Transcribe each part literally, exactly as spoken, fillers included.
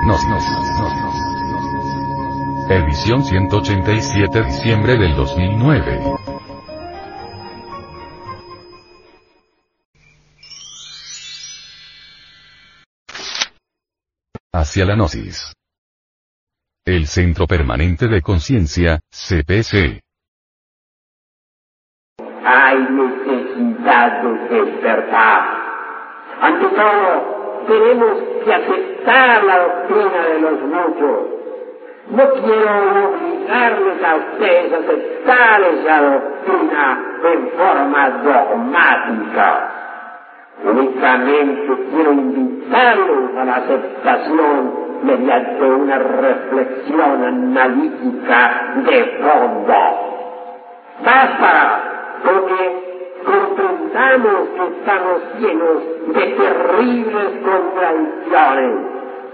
Edición ciento ochenta y siete, diciembre del dos mil nueve. Hacia la gnosis. El Centro Permanente de Conciencia, C P C. Hay necesidad de despertar. Ante todo, tenemos que aceptar la doctrina de los muchos. No quiero obligarles a ustedes a aceptar esa doctrina en forma dogmática. Únicamente quiero invitarlos a la aceptación mediante una reflexión analítica de fondo. Basta porque comprendamos que estamos llenos de terribles contradicciones.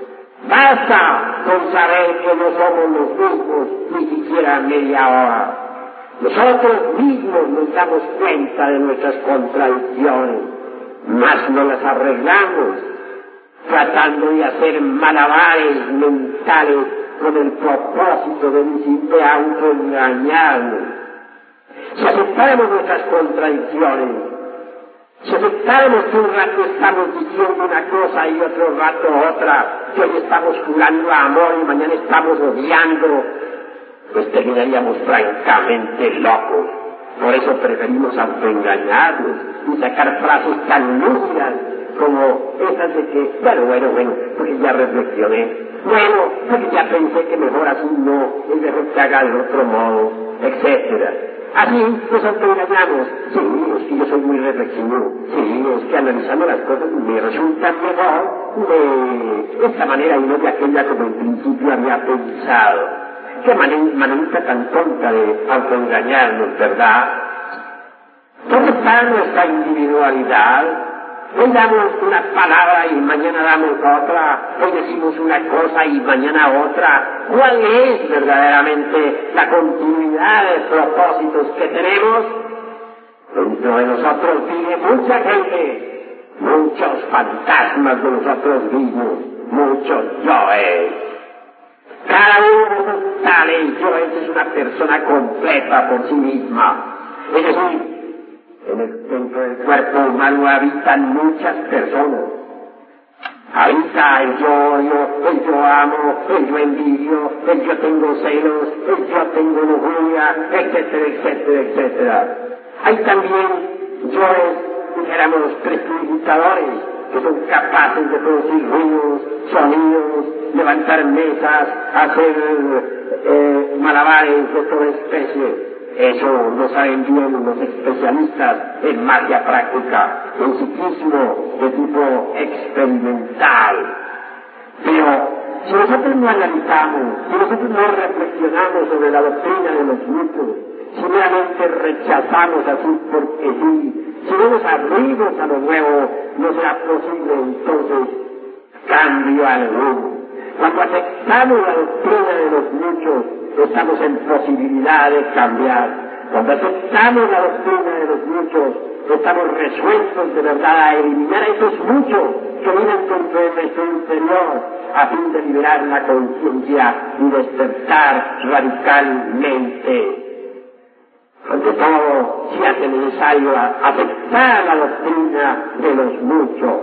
Basta con saber que no somos los mismos ni siquiera media hora. Nosotros mismos nos damos cuenta de nuestras contradicciones, mas no las arreglamos, tratando de hacer malabares mentales con el propósito de, de autoengañarnos. Si aceptáramos nuestras contradicciones, si aceptáramos que un rato estamos diciendo una cosa y otro rato otra, que hoy estamos jurando amor y mañana estamos odiando, pues terminaríamos francamente locos. Por eso preferimos autoengañarnos y sacar frases tan lúcidas como esas de que, bueno, bueno, bueno, porque ya reflexioné, bueno, porque ya pensé que mejor así no, es mejor que haga de otro modo, etcétera. Así nos autoengañamos. Sí, es que yo soy muy reflexivo. Sí, es que analizando las cosas me resulta mejor de esta manera y no de aquella como en principio había pensado. Qué manera tan tonta de autoengañarnos, ¿verdad? ¿Dónde está nuestra individualidad? Hoy damos una palabra y mañana damos otra, hoy decimos una cosa y mañana otra. ¿Cuál es verdaderamente la continuidad de propósitos que tenemos? Dentro de nosotros vive mucha gente, muchos fantasmas de nosotros mismos, muchos yoes. Cada uno de esos tales yoes es una persona completa por sí misma. Es decir, en el centro del cuerpo humano habitan muchas personas. Habita el yo odio, el yo amo, el yo envidio, el yo tengo celos, el yo tengo lujuria, etcétera, etcétera, etcétera. Hay también yoes, dijéramos, prestidigitadores, que son capaces de producir ruidos, sonidos, levantar mesas, hacer eh, malabares de toda especie. Eso lo saben bien los especialistas en magia práctica, en psiquismo de tipo experimental. Pero si nosotros no analizamos, si nosotros no reflexionamos sobre la doctrina de los mitos, si meramente rechazamos así porque sí, si no nos abrimos a lo nuevo, no será posible entonces cambio alguno. Cuando aceptamos la doctrina de los muchos, estamos en posibilidad de cambiar. Cuando aceptamos la doctrina de los muchos, estamos resueltos de verdad a eliminar a esos muchos que viven dentro de nuestro interior, a fin de liberar la conciencia y despertar radicalmente. Ante todo, se hace necesario aceptar la doctrina de los muchos.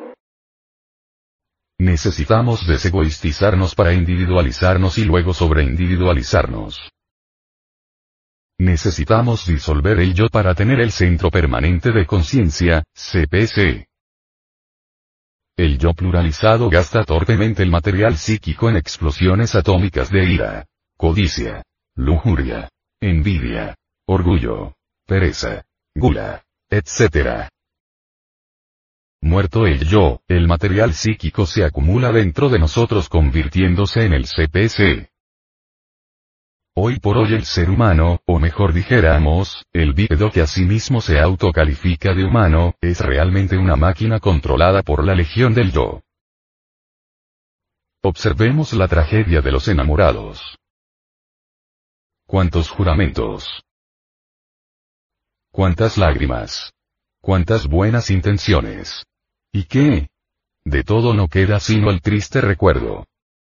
Necesitamos desegoistizarnos para individualizarnos y luego sobreindividualizarnos. Necesitamos disolver el yo para tener el Centro Permanente de Conciencia, C P C. El yo pluralizado gasta torpemente el material psíquico en explosiones atómicas de ira, codicia, lujuria, envidia, orgullo, pereza, gula, etcétera. Muerto el yo, el material psíquico se acumula dentro de nosotros convirtiéndose en el C P C. Hoy por hoy el ser humano, o mejor dijéramos, el bípedo que a sí mismo se autocalifica de humano, es realmente una máquina controlada por la legión del yo. Observemos la tragedia de los enamorados. ¿Cuántos juramentos? ¿Cuántas lágrimas? ¿Cuántas buenas intenciones? ¿Y qué? De todo no queda sino el triste recuerdo.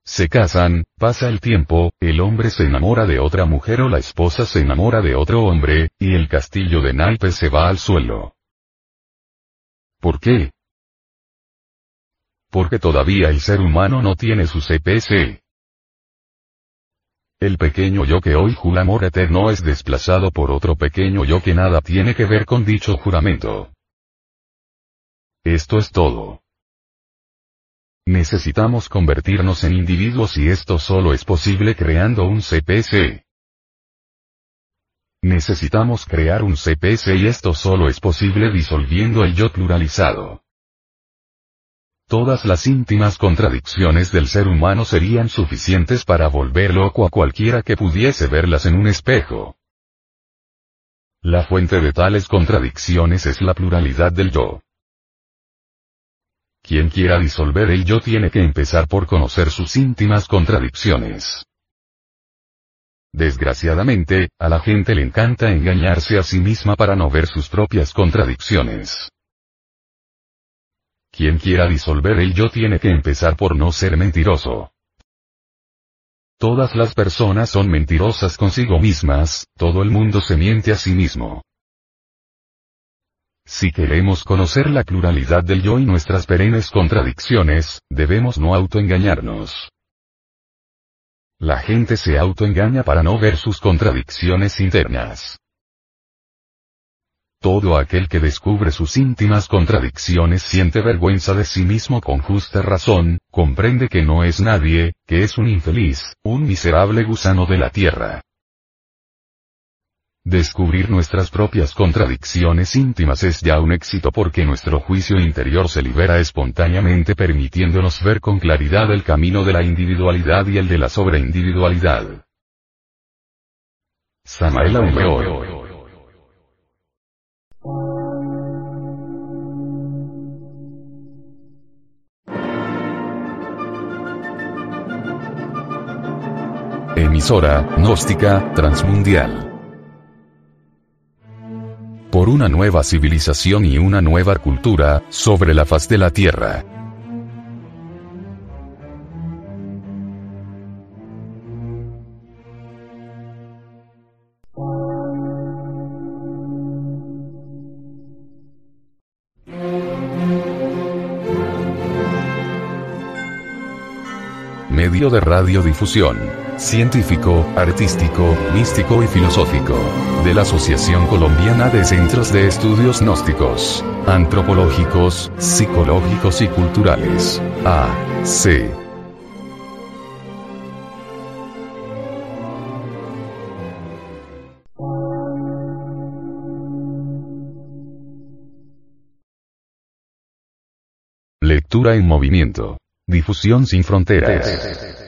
Se casan, pasa el tiempo, el hombre se enamora de otra mujer o la esposa se enamora de otro hombre, y el castillo de naipes se va al suelo. ¿Por qué? Porque todavía el ser humano no tiene su C P C. El pequeño yo que hoy jura amor eterno es desplazado por otro pequeño yo que nada tiene que ver con dicho juramento. Esto es todo. Necesitamos convertirnos en individuos y esto solo es posible creando un C P C. Necesitamos crear un C P C y esto solo es posible disolviendo el yo pluralizado. Todas las íntimas contradicciones del ser humano serían suficientes para volver loco a cualquiera que pudiese verlas en un espejo. La fuente de tales contradicciones es la pluralidad del yo. Quien quiera disolver el yo tiene que empezar por conocer sus íntimas contradicciones. Desgraciadamente, a la gente le encanta engañarse a sí misma para no ver sus propias contradicciones. Quien quiera disolver el yo tiene que empezar por no ser mentiroso. Todas las personas son mentirosas consigo mismas, todo el mundo se miente a sí mismo. Si queremos conocer la pluralidad del yo y nuestras perennes contradicciones, debemos no autoengañarnos. La gente se autoengaña para no ver sus contradicciones internas. Todo aquel que descubre sus íntimas contradicciones siente vergüenza de sí mismo con justa razón, comprende que no es nadie, que es un infeliz, un miserable gusano de la tierra. Descubrir nuestras propias contradicciones íntimas es ya un éxito porque nuestro juicio interior se libera espontáneamente permitiéndonos ver con claridad el camino de la individualidad y el de la sobreindividualidad. Samael Aun Weor. Emisora gnóstica transmundial. Por una nueva civilización y una nueva cultura, sobre la faz de la Tierra. Medio de radiodifusión, científico, artístico, místico y filosófico, de la Asociación Colombiana de Centros de Estudios Gnósticos, Antropológicos, Psicológicos y Culturales, A C Lectura en movimiento. Difusión sin fronteras.